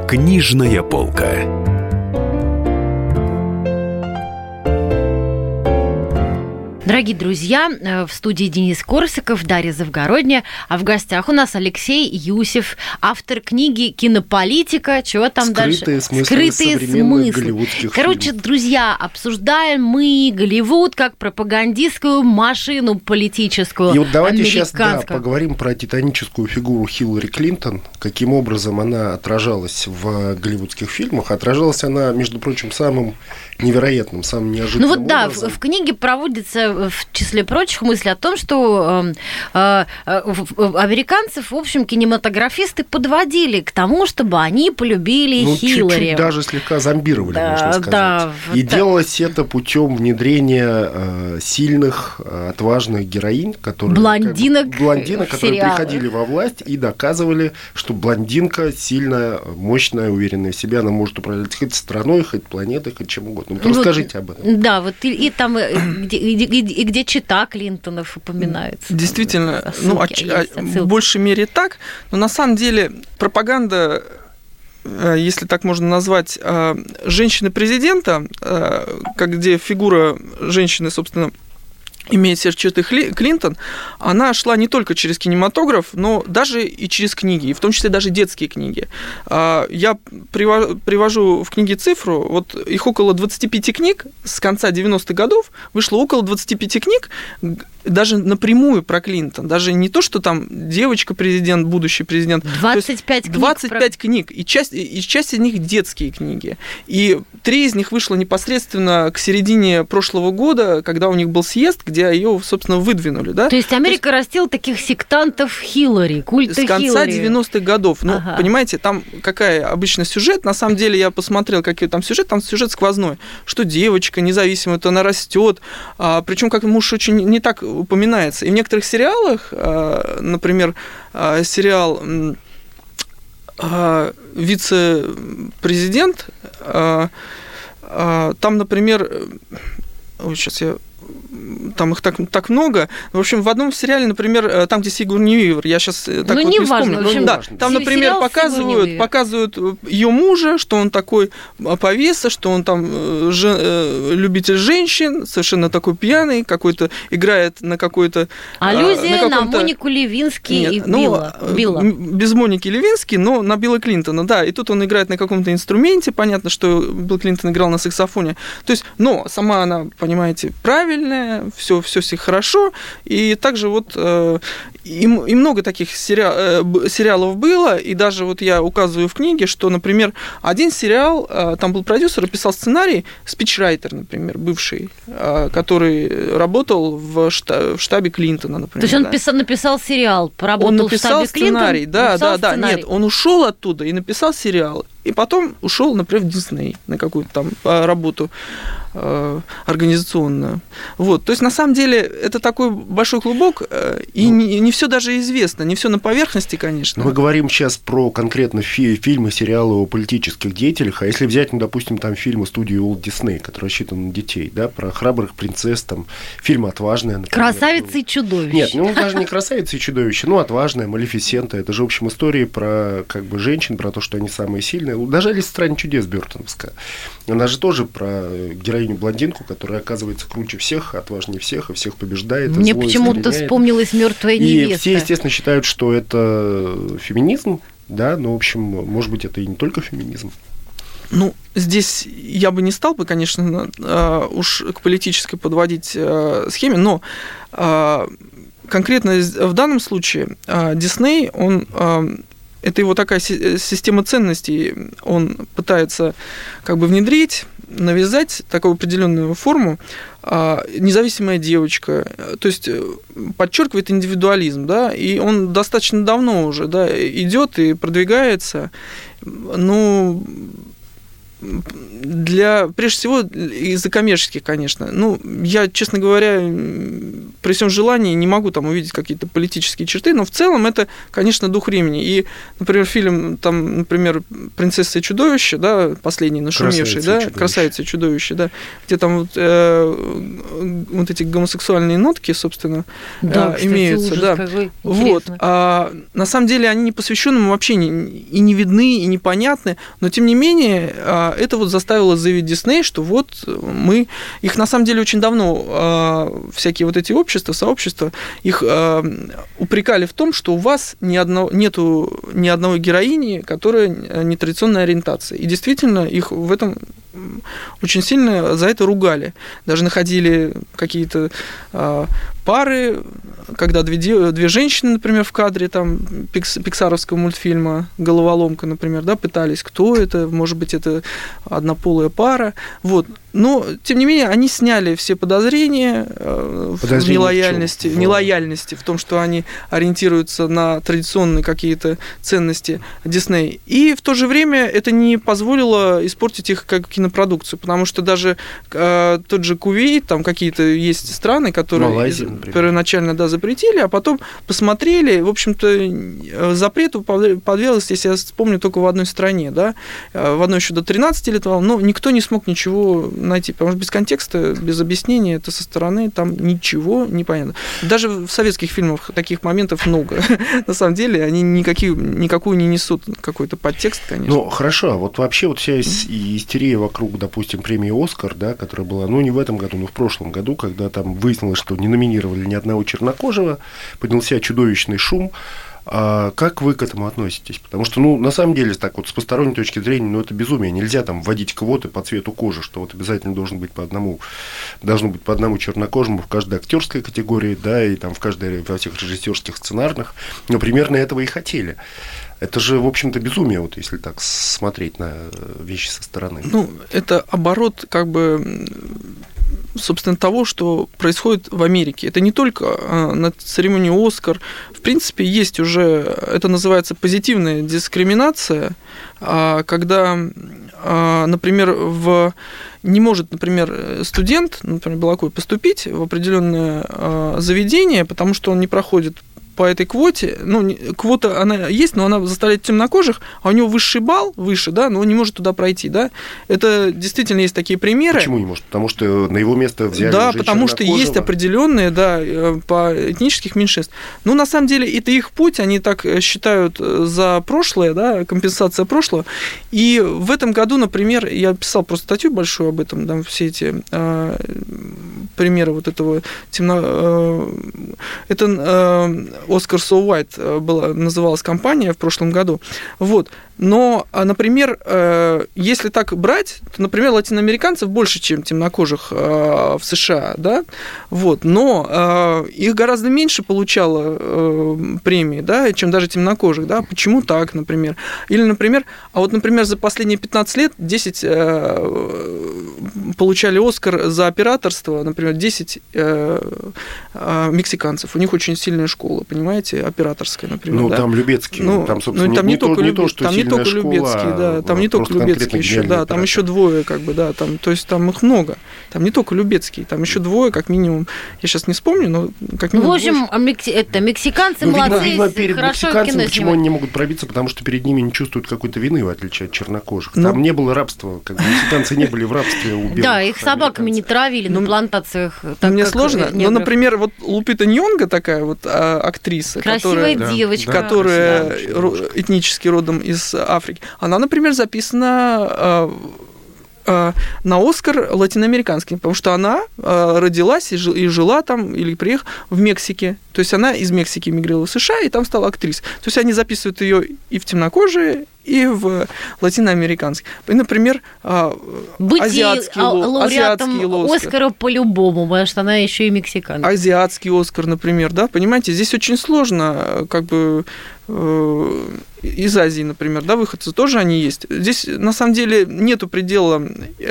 Книжная полка. Дорогие друзья, в студии Денис Корсаков, Дарья Завгородняя, а в гостях у нас Алексей Юсев, автор книги «Кинополитика». Чего там Скрытые дальше? Скрытые смыслы голливудских фильмов. Друзья, обсуждаем мы Голливуд как пропагандистскую машину политическую. И вот давайте сейчас поговорим про титаническую фигуру Хиллари Клинтон, каким образом она отражалась в голливудских фильмах. Отражалась она, между прочим, самым невероятным, самым неожиданным образом. В книге проводится в числе прочих мысли о том, что американцев, в общем, кинематографисты подводили к тому, чтобы они полюбили Хиллари. Чуть-чуть даже слегка зомбировали, можно сказать. Делалось это путем внедрения сильных, отважных героинь, которые блондинок, которые приходили во власть и доказывали, что блондинка сильная, мощная, уверенная в себе, она может управлять хоть страной, хоть планетой, хоть чем угодно. Расскажите об этом. Да, вот и там где чета Клинтонов упоминается. Действительно, в большей мере так, но на самом деле пропаганда, если так можно назвать, женщины-президента, где фигура женщины, собственно, имеет все черты Клинтон, она шла не только через кинематограф, но даже и через книги, и в том числе даже детские книги. Я привожу в книге цифру, вот их около 25 книг, с конца 90-х годов вышло около 25 книг, даже напрямую про Клинтон, даже не то, что там девочка-президент, будущий президент. 25 книг, и часть из них детские книги. И 3 из них вышло непосредственно к середине прошлого года, когда у них был съезд, где ее, собственно, выдвинули. Да? То есть Америка растила таких сектантов Хиллари, культа Хиллари. С конца 90-х годов. Ну, понимаете, там какая обычно сюжет, на самом деле я посмотрел, какой там сюжет сквозной, что девочка независимая, то она растет, причем как муж очень не так упоминается. И в некоторых сериалах, например, сериал «Вице-президент», там, например, там их так много. В общем, в одном сериале, например, там, где Сигурни Уивер, я сейчас так не вспомню. Там, например, показывают ее мужа, что он такой повеса, что он там любитель женщин, совершенно такой пьяный, какой-то играет на какой-то... Аллюзия на Монику Левински и Билла. Без Моники Левински, но на Билла Клинтона, да. И тут он играет на каком-то инструменте, понятно, что Билл Клинтон играл на саксофоне. То есть, но сама она, понимаете, правильная, все хорошо, и также вот и много таких сериалов было, и даже вот я указываю в книге, что, например, один сериал, там был продюсер, писал сценарий, спичрайтер, например, бывший, который работал в штабе Клинтона, например. То есть он написал сериал, поработал в штабе сценарий, Клинтона? Да, нет, он ушел оттуда и написал сериал, и потом ушел, например, в Дисней на какую-то там работу организационную. Вот. То есть, на самом деле, это такой большой клубок, и не все даже известно, не все на поверхности, конечно. Мы говорим сейчас про конкретно фильмы, сериалы о политических деятелях, а если взять, допустим, там фильмы студии Уолт Дисней, которые рассчитаны на детей, да, про храбрых принцесс, там, фильмы «Отважная», например. «Красавица и чудовище». Нет, даже не «Красавица и чудовище», но «Отважная», «Малефисента». Это же, в общем, истории про женщин, про то, что они самые сильные. Даже «Алиса в стране чудес» бёртоновская. Она же тоже про героиню-блондинку, которая оказывается круче всех, отважнее всех, и всех побеждает. Мне почему-то вспомнилась «Мертвая невеста». И все, естественно, считают, что это феминизм, да, но, в общем, может быть, это и не только феминизм. Ну, здесь я бы не стал бы, конечно, уж к политической подводить схеме, но конкретно в данном случае Дисней, это его такая система ценностей, он пытается как бы внедрить, навязать такую определенную форму, независимая девочка, то есть подчеркивает индивидуализм, да, и он достаточно давно уже, да, идет и продвигается, ну, прежде всего, из-за коммерческих, конечно. Ну, я, честно говоря, при всем желании не могу там увидеть какие-то политические черты, но в целом это, конечно, дух времени. И, например, фильм, там, например, «Принцесса и чудовище», да, последний нашумевший, да, «Красавица и чудовище», да, где там вот эти гомосексуальные нотки, собственно, да, имеются. Ужас, да. Вот. На самом деле они непосвященным вообще и не видны, и непонятны, но тем не менее это вот заставило заявить Дисней, что вот мы... Их на самом деле очень давно всякие вот эти общества, сообщества, их упрекали в том, что у вас нету ни одного героини, которая нетрадиционной ориентации. И действительно их в этом очень сильно за это ругали. Даже находили какие-то пары, когда две женщины, например, в кадре там пиксаровского мультфильма «Головоломка», например, да, пытались, кто это, может быть, это однополая пара. Вот. Но, тем не менее, они сняли все подозрения в нелояльности, в том, что они ориентируются на традиционные какие-то ценности Дисней. И в то же время это не позволило испортить их как кинопродукцию, потому что даже тот же Кувейт, там какие-то есть страны, которые первоначально, да, запретили, а потом посмотрели, в общем-то, запрету подверглось, если я вспомню, только в одной стране, да, в одной еще до 13 лет, но никто не смог ничего найти, потому что без контекста, без объяснения, это со стороны там ничего не понятно. Даже в советских фильмах таких моментов много. На самом деле они никакую не несут какой-то подтекст, конечно. Ну, хорошо, а вот вообще вот вся истерия вокруг, допустим, премии «Оскар», да, которая была, ну, не в этом году, но в прошлом году, когда там выяснилось, что не номинировали ни одного чернокожего, поднялся чудовищный шум. А как вы к этому относитесь? Потому что, ну, на самом деле, так вот, с посторонней точки зрения, ну, это безумие. Нельзя там вводить квоты по цвету кожи, что вот обязательно должно быть по одному чернокожему в каждой актерской категории, да, и там во всех режиссерских, сценарных. Но примерно этого и хотели. Это же, в общем-то, безумие, вот если так смотреть на вещи со стороны. Ну, это оборот, как бы, собственно, того, что происходит в Америке. Это не только на церемонии «Оскар». В принципе, есть уже, это называется позитивная дискриминация, когда, например, не может, например, студент, например, Белокуй, поступить в определенное заведение, потому что он не проходит по этой квоте, ну, квота, она есть, но она заставляет темнокожих, а у него высший балл, выше, да, но он не может туда пройти, да. Это действительно есть такие примеры. Почему не может? Потому что на его место взяли да, уже потому что есть определенные, да, по этнических меньшинств. Ну, на самом деле, это их путь, они так считают за прошлое, да, компенсация прошлого. И в этом году, например, я писал просто статью большую об этом, да, все эти примеры вот этого это Oscar So White называлась компания в прошлом году. Вот. Но, например, если так брать, то, например, латиноамериканцев больше, чем темнокожих в США, да, вот, но их гораздо меньше получало премии, да, чем даже темнокожих, да, почему так, например? Или, например, например, за последние 15 лет 10 получали Оскар за операторство, например, 10 мексиканцев, у них очень сильная школа, понимаете, операторская, например. Ну, да? там Любецкий, там, собственно, там не то, что не только Любецкий, да, там не только Любецкий еще, да, там еще двое, как бы, да, там, то есть там их много. Там не только Любецкий, там еще двое, как минимум. Я сейчас не вспомню, но как минимум. В общем, это мексиканцы молодцы, видимо, перед хорошо мексиканцами, кино почему они не могут пробиться, потому что перед ними не чувствуют какой-то вины, в отличие от чернокожих. Там не было рабства, как бы мексиканцы не были в рабстве у белых. Да, их собаками не травили на плантациях. Мне сложно, но, например, вот Лупита Ньонго такая вот актриса, красивая девочка, которая этнически родом из Африки, она, например, записана на Оскар латиноамериканский, потому что она родилась и жила там, или приехала в Мексике. То есть она из Мексики мигрировала в США и там стала актрисой. То есть они записывают ее и в темнокожие, и в латиноамериканский. И, например, азиатский Оскара по-любому, потому что она еще и мексиканка. Азиатский Оскар, например, да, понимаете, здесь очень сложно, как бы, из Азии, например, да, выходцы тоже они есть. Здесь, на самом деле, нету предела,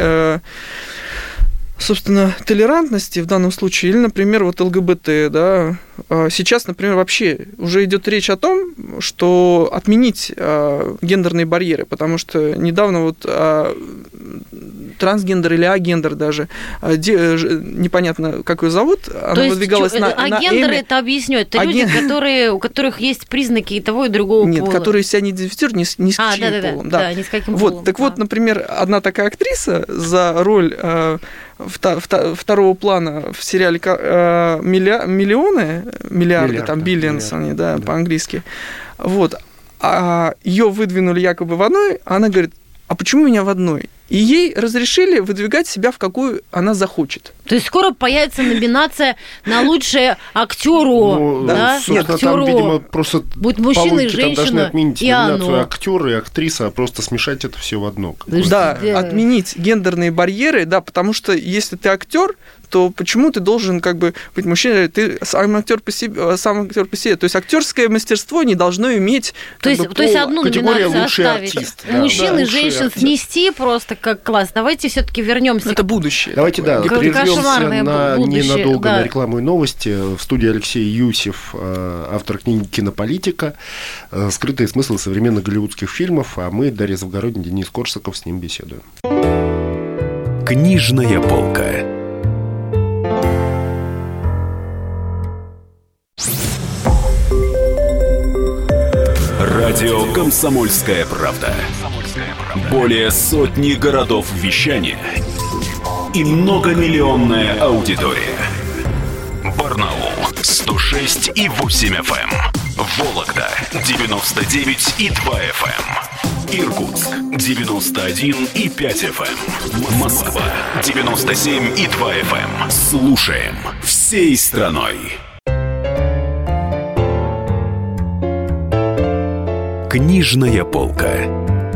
собственно, толерантности в данном случае, или, например, вот ЛГБТ, да. Сейчас, например, вообще уже идет речь о том, что отменить гендерные барьеры, потому что недавно вот трансгендер или агендер даже. Непонятно, как ее зовут. Она выдвигалась на агендеры, это объясню. Это люди, у которых есть признаки и того, и другого пола. Нет, которые себя не идентифицируют ни с чьим полом. Да, ни с каким полом. Так вот, например, одна такая актриса за роль второго плана в сериале «Миллиарды», там «Billions» они, да, по-английски. Вот. А ее выдвинули якобы в одной, а она говорит: а почему меня в одной? И ей разрешили выдвигать себя в какую она захочет. То есть скоро появится номинация на лучшее актеру. Да? Нет, там, видимо, просто будет мужчина и женщина. Там должны отменить номинацию актера и актриса, а просто смешать это все в одно. Да, отменить гендерные барьеры, да, потому что если ты актер, то почему ты должен быть мужчиной? Ты сам актер по себе. То есть актерское мастерство не должно иметь. То есть одну номинацию оставить. Мужчин и женщин снести просто как класс. Давайте все-таки вернемся. Это будущее. Давайте, прервемся ненадолго на рекламу и новости. В студии Алексей Юсев, автор книги «Кинополитика. Скрытые смыслы современных голливудских фильмов». А мы, Дарья Завгородняя, Денис Корсаков, с ним беседуем. Книжная полка. Радио «Комсомольская правда». Более сотни городов вещания и многомиллионная аудитория. Барнаул 106,8 FM, Вологда 99,2 FM, Иркутск 91,5 FM, Москва 97,2 FM. Слушаем всей страной. Книжная полка.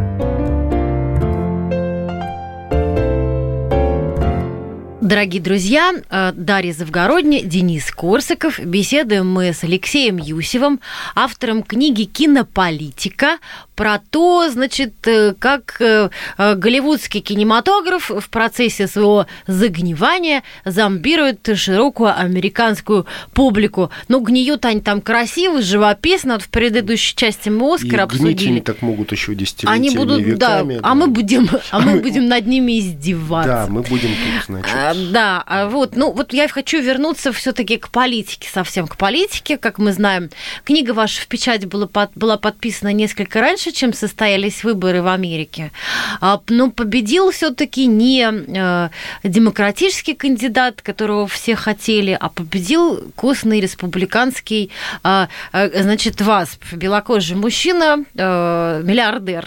Дорогие друзья, Дарья Завгородняя, Денис Корсаков. Беседуем мы с Алексеем Юсевым, автором книги «Кинополитика», про то, значит, как голливудский кинематограф в процессе своего загнивания зомбирует широкую американскую публику. Ну, гниют они там красиво, живописно. Вот в предыдущей части мы «Оскар» обсудили. Гнить они так могут еще десятилетиями, они будут, веками. Да, а мы будем над ними издеваться. Да, мы будем тут, значит. Да, вот я хочу вернуться все-таки к политике, совсем к политике. Как мы знаем, книга ваша в печать была подписана несколько раньше, чем состоялись выборы в Америке. Но победил все-таки не демократический кандидат, которого все хотели, а победил костный республиканский, значит, ВАСП, белокожий мужчина, миллиардер.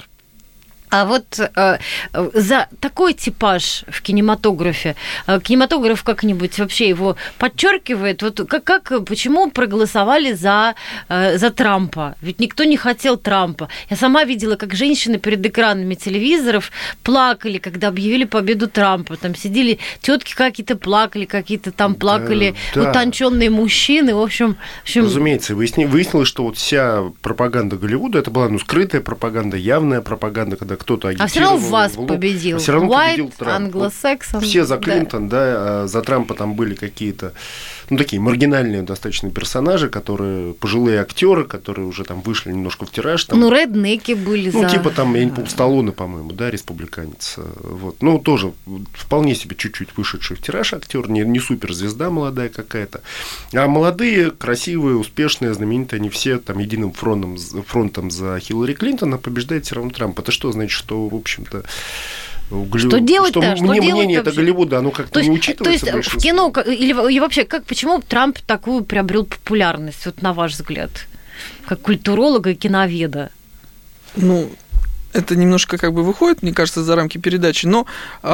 А вот за такой типаж в кинематографе, кинематограф как-нибудь вообще его подчеркивает, вот почему проголосовали за Трампа? Ведь никто не хотел Трампа. Я сама видела, как женщины перед экранами телевизоров плакали, когда объявили победу Трампа. Там сидели тетки какие-то плакали, какие-то там плакали утонченные мужчины. В общем... Разумеется, выяснилось, что вот вся пропаганда Голливуда, это была скрытая пропаганда, явная пропаганда, когда кто-то агитировал. А все равно ВАС победил. Все равно победил Трамп. Англосаксон. Все за Клинтон, да, за Трампа там были какие-то, такие маргинальные достаточно персонажи, которые, пожилые актеры, которые уже там вышли немножко в тираж. Там, реднеки были за... типа там, я не помню, Сталлоне, по-моему, да, республиканец. Вот. Тоже вполне себе чуть-чуть вышедший в тираж актер, не суперзвезда молодая какая-то. А молодые, красивые, успешные, знаменитые, они все там единым фронтом за Хиллари Клинтон, а побеждает все равно Трамп. Это что значит, что, в общем-то, что делать-то? Мнение это Голливуда, оно как-то не учитывается. То есть в кино, или вообще, почему Трамп такую приобрел популярность, вот на ваш взгляд, как культуролога и киноведа? Это немножко выходит, мне кажется, за рамки передачи, но...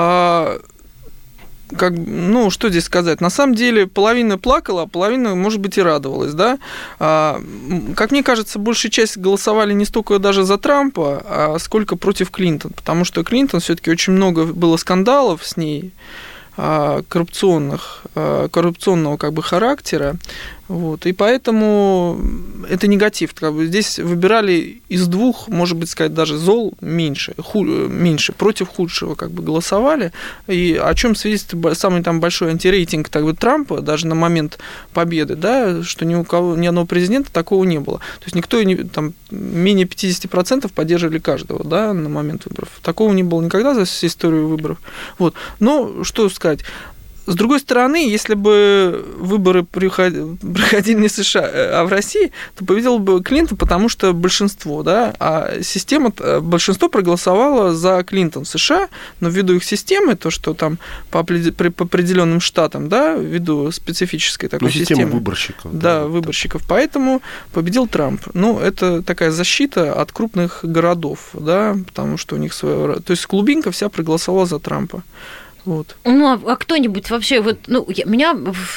что здесь сказать? На самом деле половина плакала, а половина, может быть, и радовалась, да? Как мне кажется, большая часть голосовали не столько даже за Трампа, а сколько против Клинтон, потому что Клинтон все-таки очень много было скандалов с ней, коррупционного характера. Вот. И поэтому это негатив. Как бы здесь выбирали из двух, может быть, сказать, даже зол меньше, против худшего как бы голосовали. И о чем свидетельствует самый там большой антирейтинг так бы, Трампа, даже на момент победы, да, что ни одного президента такого не было. То есть никто, там, менее 50% поддерживали каждого, да, на момент выборов. Такого не было никогда за всю историю выборов. Вот. Но что сказать? С другой стороны, если бы выборы проходили не в США, а в России, то победил бы Клинтон, потому что большинство, да, а большинство проголосовало за Клинтон в США, но ввиду их системы, то, что там по определенным штатам, да, ввиду специфической такой системы. Выборщиков. Да, выборщиков, поэтому победил Трамп. Ну, это такая защита от крупных городов, да, потому что у них своего... То есть клубинка вся проголосовала за Трампа. Вот. Ну, а кто-нибудь вообще, вот, ну, меня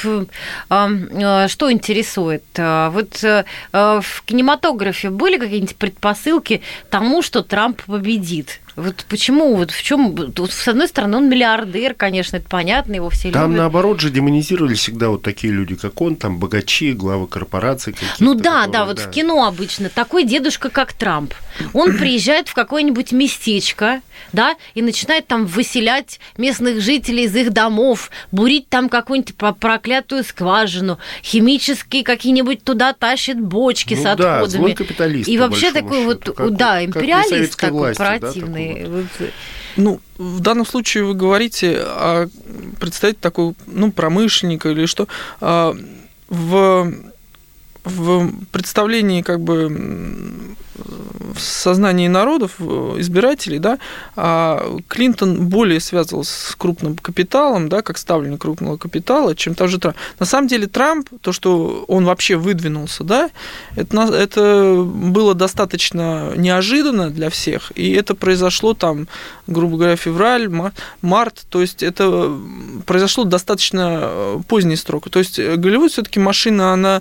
что интересует? Вот в кинематографе были какие-нибудь предпосылки тому, что Трамп победит? Вот почему, вот в чем, с одной стороны, он миллиардер, конечно, это понятно, его все любят. Там, наоборот, же демонизировали всегда вот такие люди, как он, там, богачи, главы корпораций какие-то. Ну да, вот в кино обычно такой дедушка, как Трамп, он приезжает в какое-нибудь местечко, да, и начинает там выселять местных жителей из их домов, бурить там какую-нибудь проклятую скважину, химические какие-нибудь туда тащит бочки с отходами. Да, злой капиталист. И вообще такой вот, да, империалист такой власти, противный. Да, вот. Ну, в данном случае вы говорите о представителе такого, ну, промышленника или что, в представлении как бы в сознании народов, избирателей, да, Клинтон более связывался с крупным капиталом, да, как ставленник крупного капитала, чем та же Трамп. На самом деле Трамп, то, что он вообще выдвинулся, да, это было достаточно неожиданно для всех, и это произошло там, грубо говоря, февраль, март, то есть это произошло достаточно поздний срок. То есть Голливуд все-таки машина, она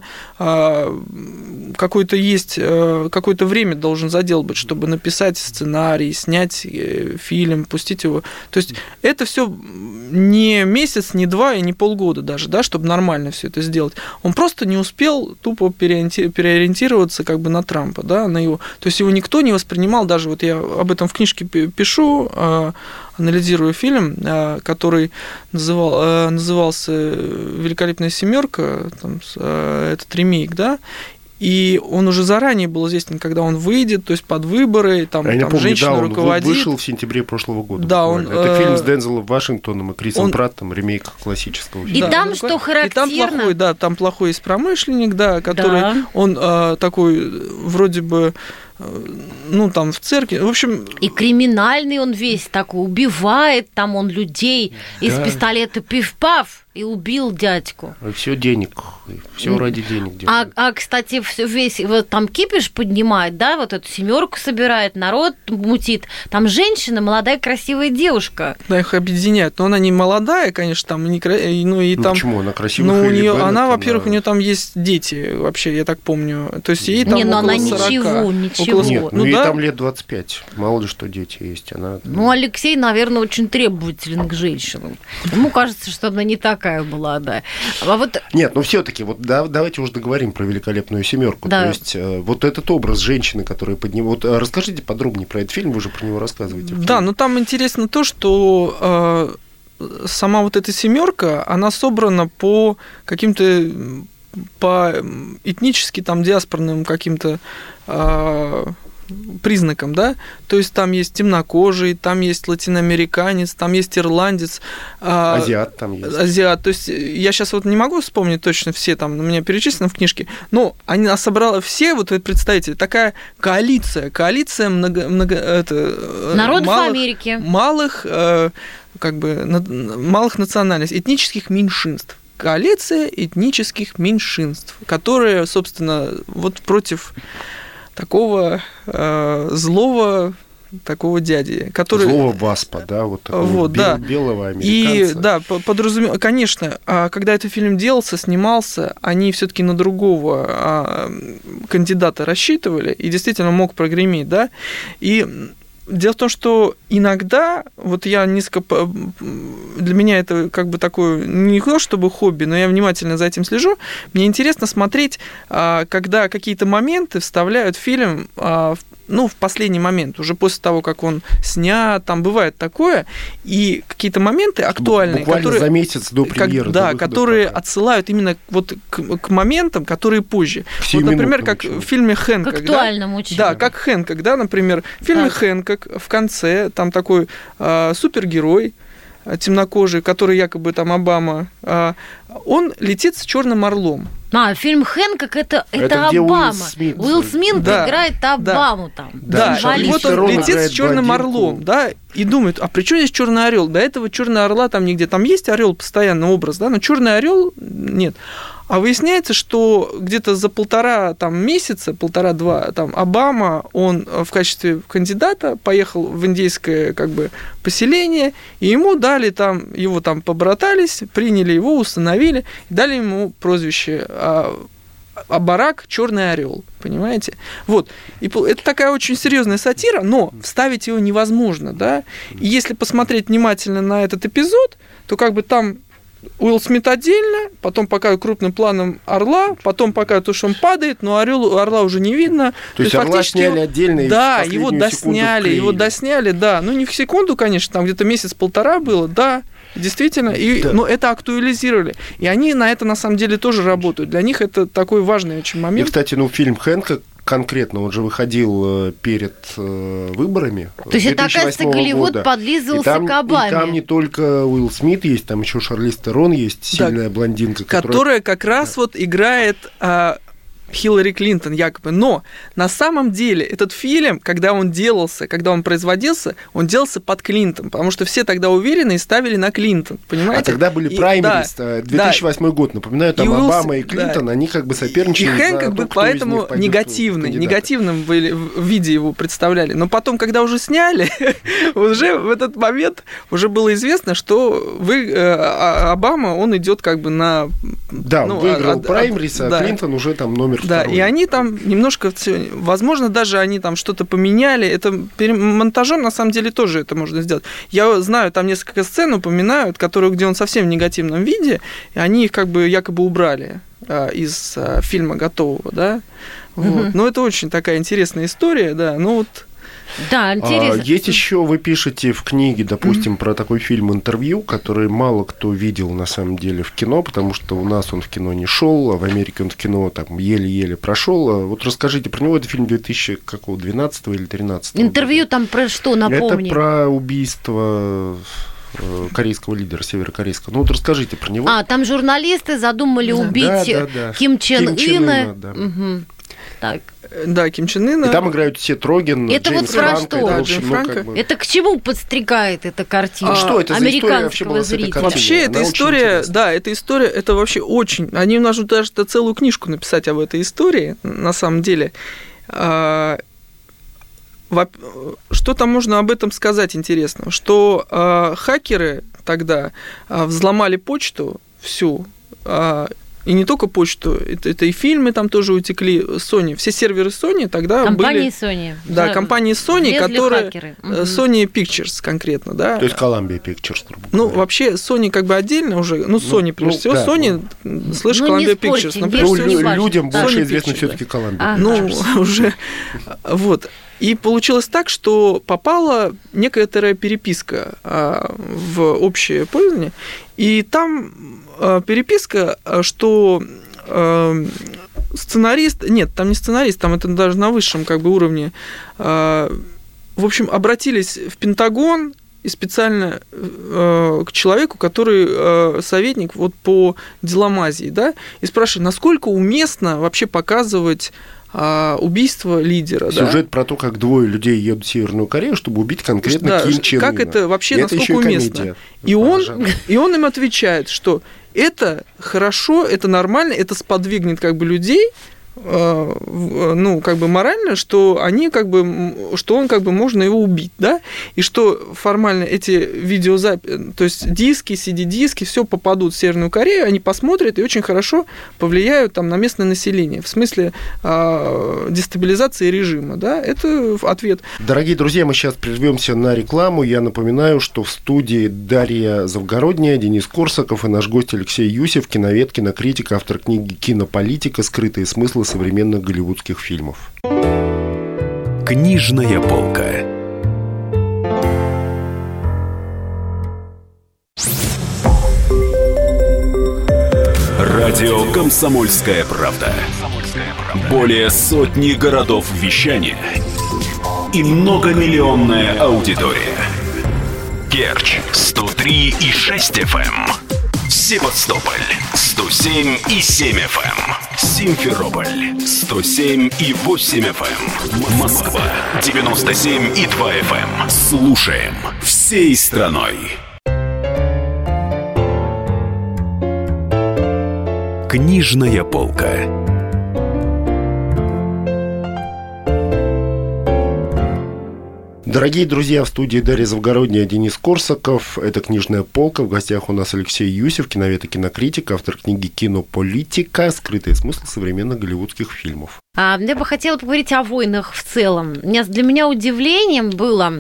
какое-то время должен задел быть, чтобы написать сценарий, снять фильм, пустить его. То есть это все не месяц, не два и не полгода даже, да, чтобы нормально все это сделать. Он просто не успел тупо переориентироваться как бы на Трампа, да, на его. То есть его никто не воспринимал, даже вот я об этом в книжке пишу, анализирую фильм, который назывался «Великолепная семерка», там, этот ремейк, да, и он уже заранее был известен, когда он выйдет, то есть под выборы, там женщина руководит. Он вышел в сентябре прошлого года. Да, это фильм с Дензелом Вашингтоном и Крисом Праттом, ремейк классического фильма. И там, что характерно... Там плохой есть промышленник, да, который, он такой, вроде бы, ну, там, в церкви, в общем... И криминальный он весь такой, убивает там он людей, из пистолета пиф-паф, и убил дядьку. Все денег, все ради денег делает. Кстати, весь вот там кипиш поднимает, да, вот эту семерку собирает, народ мутит. Там женщина, молодая красивая девушка. Да, их объединяют. Но она не молодая, конечно, там не там. Почему? Она красивая. Она, во-первых, у нее там есть дети, вообще, я так помню. То есть ей там около 40. Ничего. Нет, ей там лет 25. Мало ли что дети есть. Алексей, наверное, очень требователен к женщинам. Ему кажется, что она не такая молодая. Нет, все-таки вот давайте уже договорим про «Великолепную семерку». Да. То есть вот этот образ женщины, которая поднимает... Вот расскажите подробнее про этот фильм, вы же про него рассказываете. Да, но там интересно то, что сама вот эта семерка, она собрана по каким-то по этнически там диаспорным каким-то признакам, да, то есть там есть темнокожий, там есть латиноамериканец, там есть ирландец, азиат там есть. Азиат, то есть я сейчас вот не могу вспомнить точно все там, у меня перечислено в книжке, но она собрала все вот эти представители, такая коалиция народ в Америке, малых национальностей, этнических меньшинств. Коалиция этнических меньшинств, которые, собственно, вот против такого злого такого дяди, который... Злого васпа, да, вот такого белого американца. И, да, конечно, когда этот фильм делался, снимался, они все-таки на другого кандидата рассчитывали, и действительно мог прогреметь, да, и дело в том, что иногда, вот я для меня это как бы такое, не то чтобы хобби, но я внимательно за этим слежу, мне интересно смотреть, когда какие-то моменты вставляют в фильм, в последний момент, уже после того, как он снят, там бывает такое, и какие-то моменты актуальные, буквально которые... за месяц до премьеры. Которые отсылают именно вот к моментам, которые позже. Вот, например, как в фильме «Хэнкок». К актуальному очень. Да, как «Хэнкок», да, например. В фильме «Хэнкок» в конце там такой супергерой, темнокожий, который якобы там Обама, он летит с черным орлом. Фильм «Хэнкок» это Обама. Уилл Смит играет Обаму там. Да, и вот он летит с черным орлом, да, и думает, а при чем здесь черный орел? До этого черного орла там нигде. Там есть орел, постоянный образ, да, но черный орел нет. А выясняется, что где-то за месяца, 1,5-2, там Обама, он в качестве кандидата поехал в индейское как бы поселение, и ему дали там, его там побратались, приняли его, установили, и дали ему прозвище Барак «Черный орел», понимаете? Вот. И это такая очень серьезная сатира, но вставить его невозможно, да? И если посмотреть внимательно на этот эпизод, то как бы там Уилл Смит отдельно, потом показывают крупным планом орла, потом показывают то, что он падает, но орла уже не видно. То есть орла сняли отдельно? Да, его досняли, да. Ну, не в секунду, конечно, там где-то месяц-полтора было, да. Действительно, но это актуализировали. И они на это, на самом деле, тоже работают. Для них это такой важный очень момент. И, кстати, фильм «Хэнкок» конкретно, он же выходил перед выборами. То есть это, оказывается, Голливуд подлизывался к Обаме. И там не только Уилл Смит есть, там еще Шарлиз Терон есть, сильная блондинка. Которая как раз вот играет... Хиллари Клинтон якобы. Но на самом деле этот фильм, когда он производился, он делался под Клинтон, потому что все тогда уверены и ставили на Клинтон, понимаете? А тогда были праймерис, 2008 год, напоминаю, там Обама и Клинтон, они как бы соперничали. И Хэнкок был поэтому негативным в виде его представляли. Но потом, когда уже сняли, уже в этот момент уже было известно, что Обама, он идет как бы на... Да, он выиграл праймерис, а Клинтон уже там номер да, и они там немножко, возможно, даже они там что-то поменяли. Это монтажом, на самом деле, тоже это можно сделать. Я знаю, там несколько сцен упоминают, где он совсем в негативном виде, и они их как бы якобы убрали из фильма готового, да. Вот. Но это очень такая интересная история, да. Ну вот. Да, интересно. Есть еще, вы пишете в книге, допустим, про такой фильм «Интервью», который мало кто видел, на самом деле, в кино, потому что у нас он в кино не шел, а в Америке он в кино там еле-еле прошел. Вот расскажите про него. Это фильм 2012 или 2013 «Интервью» там про что, напомни? Это про убийство корейского лидера, северокорейского. Ну вот расскажите про него. Там журналисты задумали убить Ким Чен Ына. Так. Да, Ким Чен Ына. И там играют Сет Роген, это Джеймс вот про что? Да, Джеймс Франко. Это к чему подстрекает эта картина? Что это за история вообще была с этой картиной? Вообще эта история, эта история, это вообще очень... Они нужно даже целую книжку написать об этой истории, на самом деле. Что там можно об этом сказать интересного? Что хакеры тогда взломали почту всю, и не только почту, это и фильмы там тоже утекли, Sony. Все серверы Sony тогда компании были... Sony. Да, компании Sony, которые... Sony Pictures конкретно, да. То есть Columbia Pictures, грубо говоря. Ну, вообще, Sony как бы отдельно уже... Sony, прежде всего, да, Sony, Columbia Pictures. Людям больше известно все-таки Columbia. Уже... Вот. И получилось так, что попала некоторая переписка в общее пользование, и там переписка, что сценарист... Нет, там не сценарист, там это даже на высшем как бы уровне. В общем, обратились в Пентагон и специально к человеку, который советник вот по делам Азии, да, и спрашивают, насколько уместно вообще показывать убийство лидера. Сюжет про то, как двое людей едут в Северную Корею, чтобы убить конкретно Ким Чен Ына. Как это вообще, насколько уместно? И он им отвечает, что это хорошо, это нормально, это сподвигнет как бы людей морально, что он можно его убить, да, и что формально эти видеозаписи, то есть диски, CD-диски, все попадут в Северную Корею, они посмотрят и очень хорошо повлияют там на местное население, в смысле дестабилизации режима, да, это ответ. Дорогие друзья, мы сейчас прервемся на рекламу. Я напоминаю, что в студии Дарья Завгородняя, Денис Корсаков и наш гость Алексей Юсев, киновед, кинокритик, автор книги «Кинополитика. Скрытые смыслы современных голливудских фильмов». Книжная полка. Радио «Комсомольская правда». Более сотни городов вещания и многомиллионная аудитория. Керчь 103,6 FM. Севастополь 107,7 FM. Симферополь 107,8 FM. Москва 97,2 FM. Слушаем всей страной. Книжная полка. Дорогие друзья, в студии Дарья Завгородняя, Денис Корсаков. Это «Книжная полка». В гостях у нас Алексей Юсев, киновед и кинокритик, автор книги «Кинополитика. Скрытые смыслы современных голливудских фильмов». Я бы хотела поговорить о войнах в целом. Для меня удивлением было,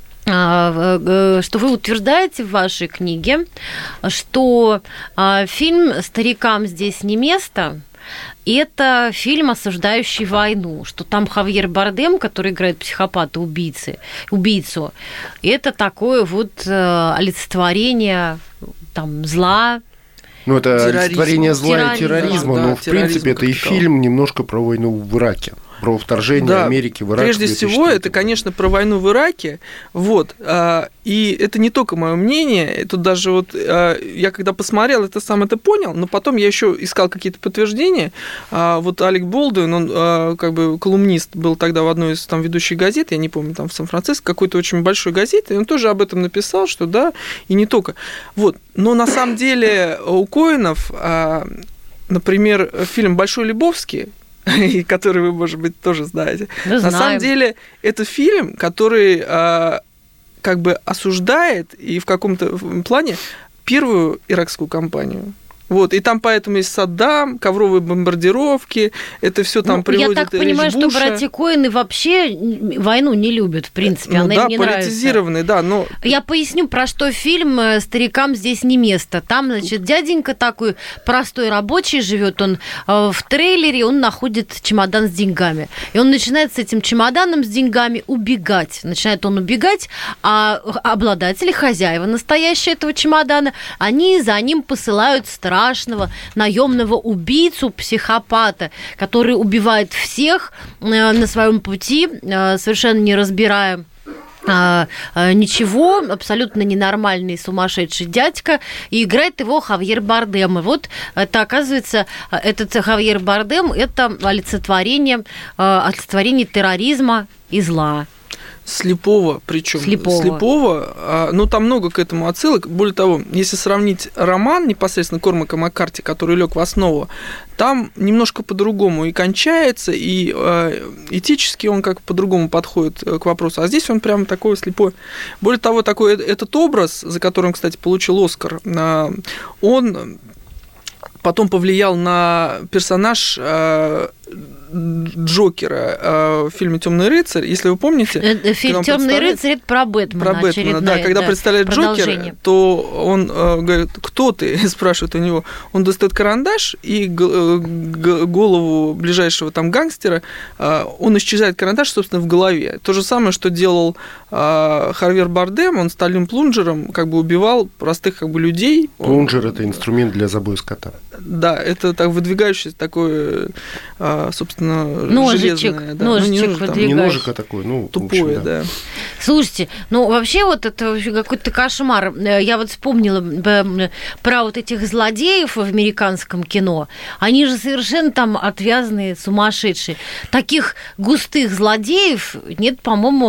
что вы утверждаете в вашей книге, что фильм «Старикам здесь не место» – это фильм, осуждающий войну, что там Хавьер Бардем, который играет психопата-убийцу, это такое вот олицетворение там, зла. Ну, это олицетворение зла и терроризма, но, в принципе, это и фильм немножко про войну в Ираке. Про вторжение Америки в Ирак. Прежде всего, это, конечно, про войну в Ираке. Вот. И это не только мое мнение. Тут даже вот я когда посмотрел, это сам это понял, но потом я еще искал какие-то подтверждения. Вот Алек Болдуин, он как бы колумнист был тогда в одной из там ведущих газет, я не помню, там в Сан-Франциско, какой-то очень большой газеты, и он тоже об этом написал, что да, и не только. Вот. Но на самом деле у Коэнов, например, фильм «Большой Лебовский», который вы, может быть, тоже знаете. Да, на самом деле, это фильм, который как бы осуждает и в каком-то плане первую иракскую кампанию. Вот, и там поэтому есть Саддам, ковровые бомбардировки, это все там приводит Я так понимаю, что братья Коэны вообще войну не любят, в принципе, она им не нравится. Да, политизированные, да, но... Я поясню, про что фильм «Старикам здесь не место». Там, значит, дяденька такой простой рабочий живет, он в трейлере, он находит чемодан с деньгами. И он начинает с этим чемоданом с деньгами убегать. Начинает он убегать, а обладатели, хозяева настоящие этого чемодана, они за ним посылают страшного наемного убийцу, психопата, который убивает всех на своем пути, совершенно не разбирая ничего, абсолютно ненормальный сумасшедший дядька, и играет его Хавьер Бардем. И вот это, оказывается, этот Хавьер Бардем – это олицетворение терроризма и зла. Слепого, причем слепого, ну там много к этому отсылок. Более того, если сравнить роман непосредственно Кормака Маккарти, который лег в основу, там немножко по-другому и кончается, и этически он как по-другому подходит к вопросу. А здесь он прям такой слепой. Более того, такой этот образ, за которым, кстати, получил Оскар, он потом повлиял на персонаж Джокера в фильме «Темный рыцарь», если вы помните. Фильм «Темный рыцарь» – это про Бэтмена. Да. Когда представляет Джокера, то он говорит: «Кто ты?» – спрашивает у него. Он достает карандаш, и голову ближайшего там гангстера, он исчезает карандаш, собственно, в голове. То же самое, что делал Хавьер Бардем, он стальным плунжером как бы убивал простых как бы людей. Плунжер – это инструмент для забоя скота. Да, это так выдвигающееся такое, собственно, ножичек, железное. Да. Ножичек не ножик, а такой, тупое, общем, да. Слушайте, вообще вот это какой-то кошмар. Я вот вспомнила про вот этих злодеев в американском кино. Они же совершенно там отвязные, сумасшедшие. Таких густых злодеев нет, по-моему,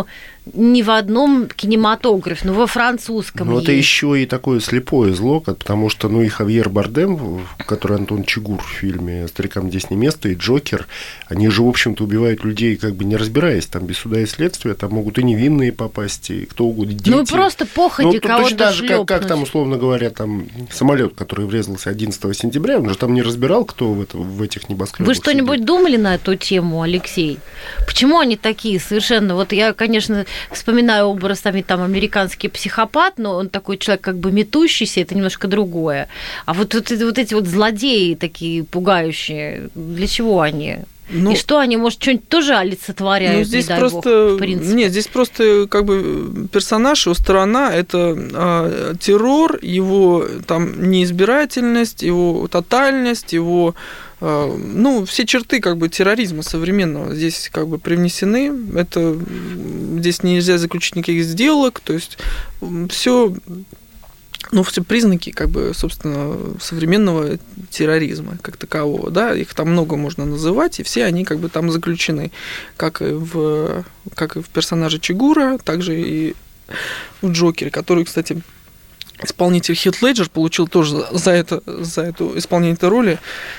ни в одном кинематографе, во французском Но есть. это еще и такое слепое зло, потому что, и Хавьер Бардем, который Антон Чигур в фильме «Старикам здесь не место», и Джокер, они же, в общем-то, убивают людей, как бы не разбираясь, там без суда и следствия, там могут и невинные попасть, и кто угодно, дети. Просто похоти кого-то точно так же, шлёпнуть. как там, условно говоря, там самолет, который врезался 11 сентября, он же там не разбирал, кто в этих небоскребах. Вы что-нибудь думали на эту тему, Алексей? Почему они такие совершенно... Вот я, конечно, вспоминаю образ там американский психопат, но он такой человек как бы метущийся, это немножко другое. А вот эти вот злодеи такие пугающие, для чего они? И что они, может, что-нибудь тоже олицетворяют, здесь не дай просто, бог, в принципе? Нет, здесь просто как бы персонаж, его сторона – это террор, его там неизбирательность, его тотальность, его... все черты как бы терроризма современного здесь как бы привнесены. Это здесь нельзя заключить никаких сделок, то есть все признаки, как бы, собственно, современного терроризма как такового, да, их там много можно называть, и все они как бы там заключены, как и в персонаже Чигура, также и в Джокере, который, кстати, исполнитель Хит Леджер получил тоже за эту исполнение этой роли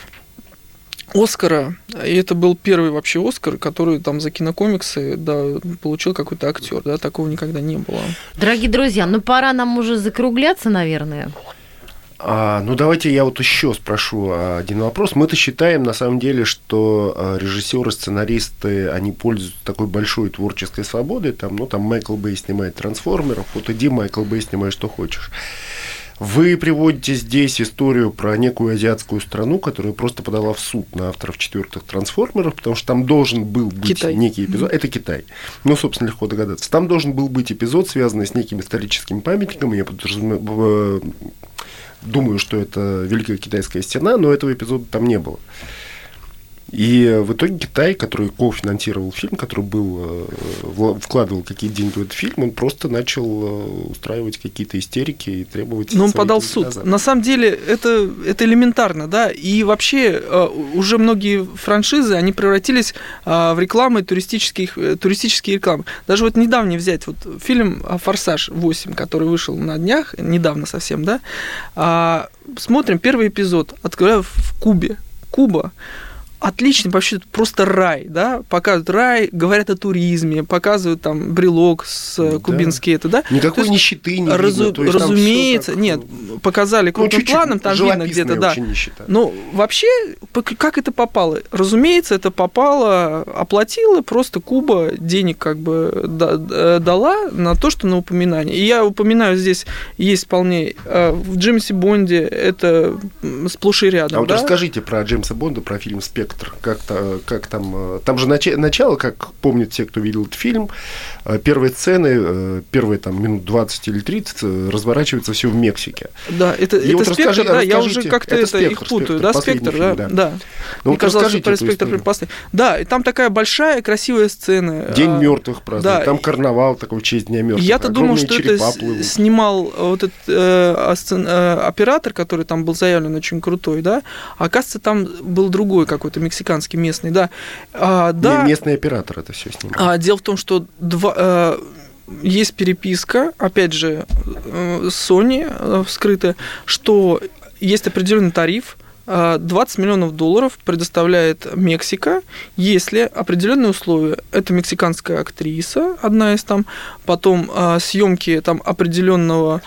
Оскара, и это был первый вообще Оскар, который там за кинокомиксы, получил какой-то актер, да, такого никогда не было. Дорогие друзья, пора нам уже закругляться, наверное. Давайте я вот еще спрошу один вопрос. Мы-то считаем, на самом деле, что режиссеры, сценаристы, они пользуются такой большой творческой свободой. Там Майкл Бэй снимает «Трансформеров», вот иди, Майкл Бэй, снимай, что хочешь. Вы приводите здесь историю про некую азиатскую страну, которая просто подала в суд на авторов четвертых «Трансформеров», потому что там должен был быть некий эпизод. Это Китай. Собственно, легко догадаться. Там должен был быть эпизод, связанный с неким историческим памятником. Я думаю, что это Великая Китайская стена, но этого эпизода там не было. И в итоге Китай, который кофинансировал фильм, который вкладывал какие-то деньги в этот фильм, он просто начал устраивать какие-то истерики и требовать... Но он подал в суд. На самом деле это элементарно, да, и вообще уже многие франшизы, они превратились в рекламы, туристические рекламы. Даже вот недавно взять вот фильм «Форсаж 8», который вышел на днях, недавно совсем, да, смотрим первый эпизод, открываю в Кубе. Куба. Отлично, вообще просто рай, да, показывают рай, говорят о туризме, показывают там брелок с кубинский, это, да. Никакой нищеты не видно. Разумеется, нет, показали крупным планом, там видно где-то, да. Но вообще, как это попало? Разумеется, это попало, оплатила, просто Куба денег как бы дала на то, что на упоминание. И я упоминаю, здесь есть вполне, в Джеймсе Бонде это сплошь и рядом. А вот расскажите про Джеймса Бонда, про фильм «Спектр». Как там же начало, как помнят те, кто видел этот фильм, первые сцены, первые там минут 20 или 30 разворачивается все в Мексике. Да, это «Спектр», да, я уже как-то их путаю, да, «Спектр», да. Мне казалось, что про «Спектр» предпоследний. Да, и там такая большая, красивая сцена. День мертвых празднуют, там карнавал такой в честь Дня мертвых. Я-то думал, что это снимал вот этот оператор, который там был заявлен очень крутой, да, а оказывается, там был другой какой-то мексиканский местный, да. Местный оператор это все снимал. Дело в том, что есть переписка, опять же, с Sony вскрытая, что есть определенный тариф, $20 миллионов предоставляет Мексика, если определенные условия. Это мексиканская актриса, одна из там, потом съемки там определенного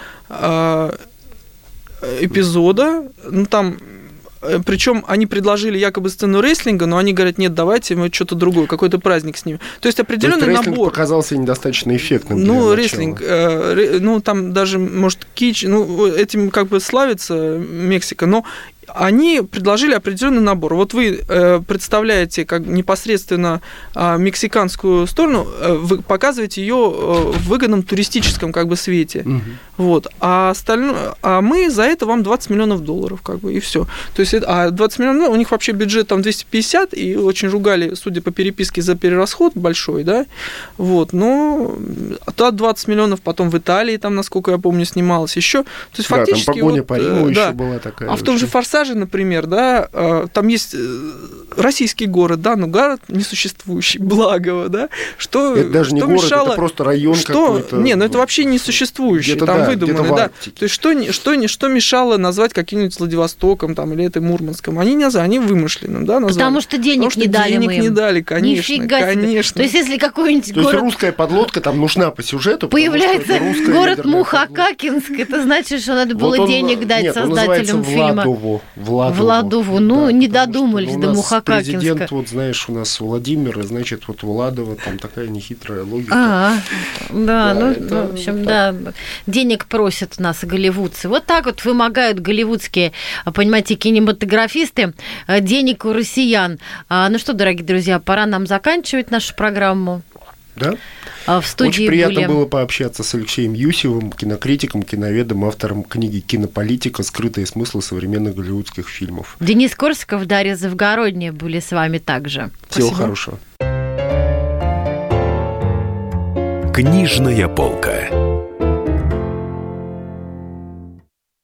эпизода, там. Причем они предложили якобы сцену рестлинга, но они говорят, нет, давайте мы что-то другое, какой-то праздник снимем. То есть определенный набор. Рестлинг показался недостаточно эффектным. Рестлинг, там даже, может, кич, этим как бы славится Мексика, но они предложили определенный набор. Вот вы представляете как непосредственно мексиканскую сторону, вы показываете ее в выгодном туристическом как бы свете. Вот. А мы за это вам $20 миллионов, как бы, и все. То есть, 20 миллионов, у них вообще бюджет там 250, и очень ругали, судя по переписке, за перерасход большой, да. Вот. Но 20 миллионов потом в Италии, там, насколько я помню, снималось еще. То есть, фактически. Там «Погоня по Риму» еще была такая. А в том же «Форсаже» пейзажи, например, да, там есть российский город, да, но город несуществующий, Благово, да, что это даже не город, мешало... это просто район какой-то. Не, ну это вообще несуществующий, там выдуманный, да. То есть что мешало назвать каким-нибудь Владивостоком там, или это Мурманском? Они вымышленным, да, назвали. Потому что денег не дали мы им. Денег не дали, конечно. Нифига конечно. То есть если какой-нибудь город... То есть русская подлодка там нужна по сюжету, появляется город Мухакакинск, это значит, что надо было денег дать создателям фильма. Владово. Ну, да, не додумались до Мухакакинска. Президент, вот знаешь, у нас Владимир, и значит, вот Владово, там такая нехитрая логика. В общем, да, денег просят нас голливудцы. Вот так вот вымогают голливудские, понимаете, кинематографисты денег у россиян. Ну что, дорогие друзья, пора нам заканчивать нашу программу. Да? В студии очень приятно было пообщаться с Алексеем Юсевым, кинокритиком, киноведом, автором книги «Кинополитика. Скрытые смыслы современных голливудских фильмов». Денис Корсаков, Дарья Завгородняя были с вами также. Всего хорошего. Книжная полка.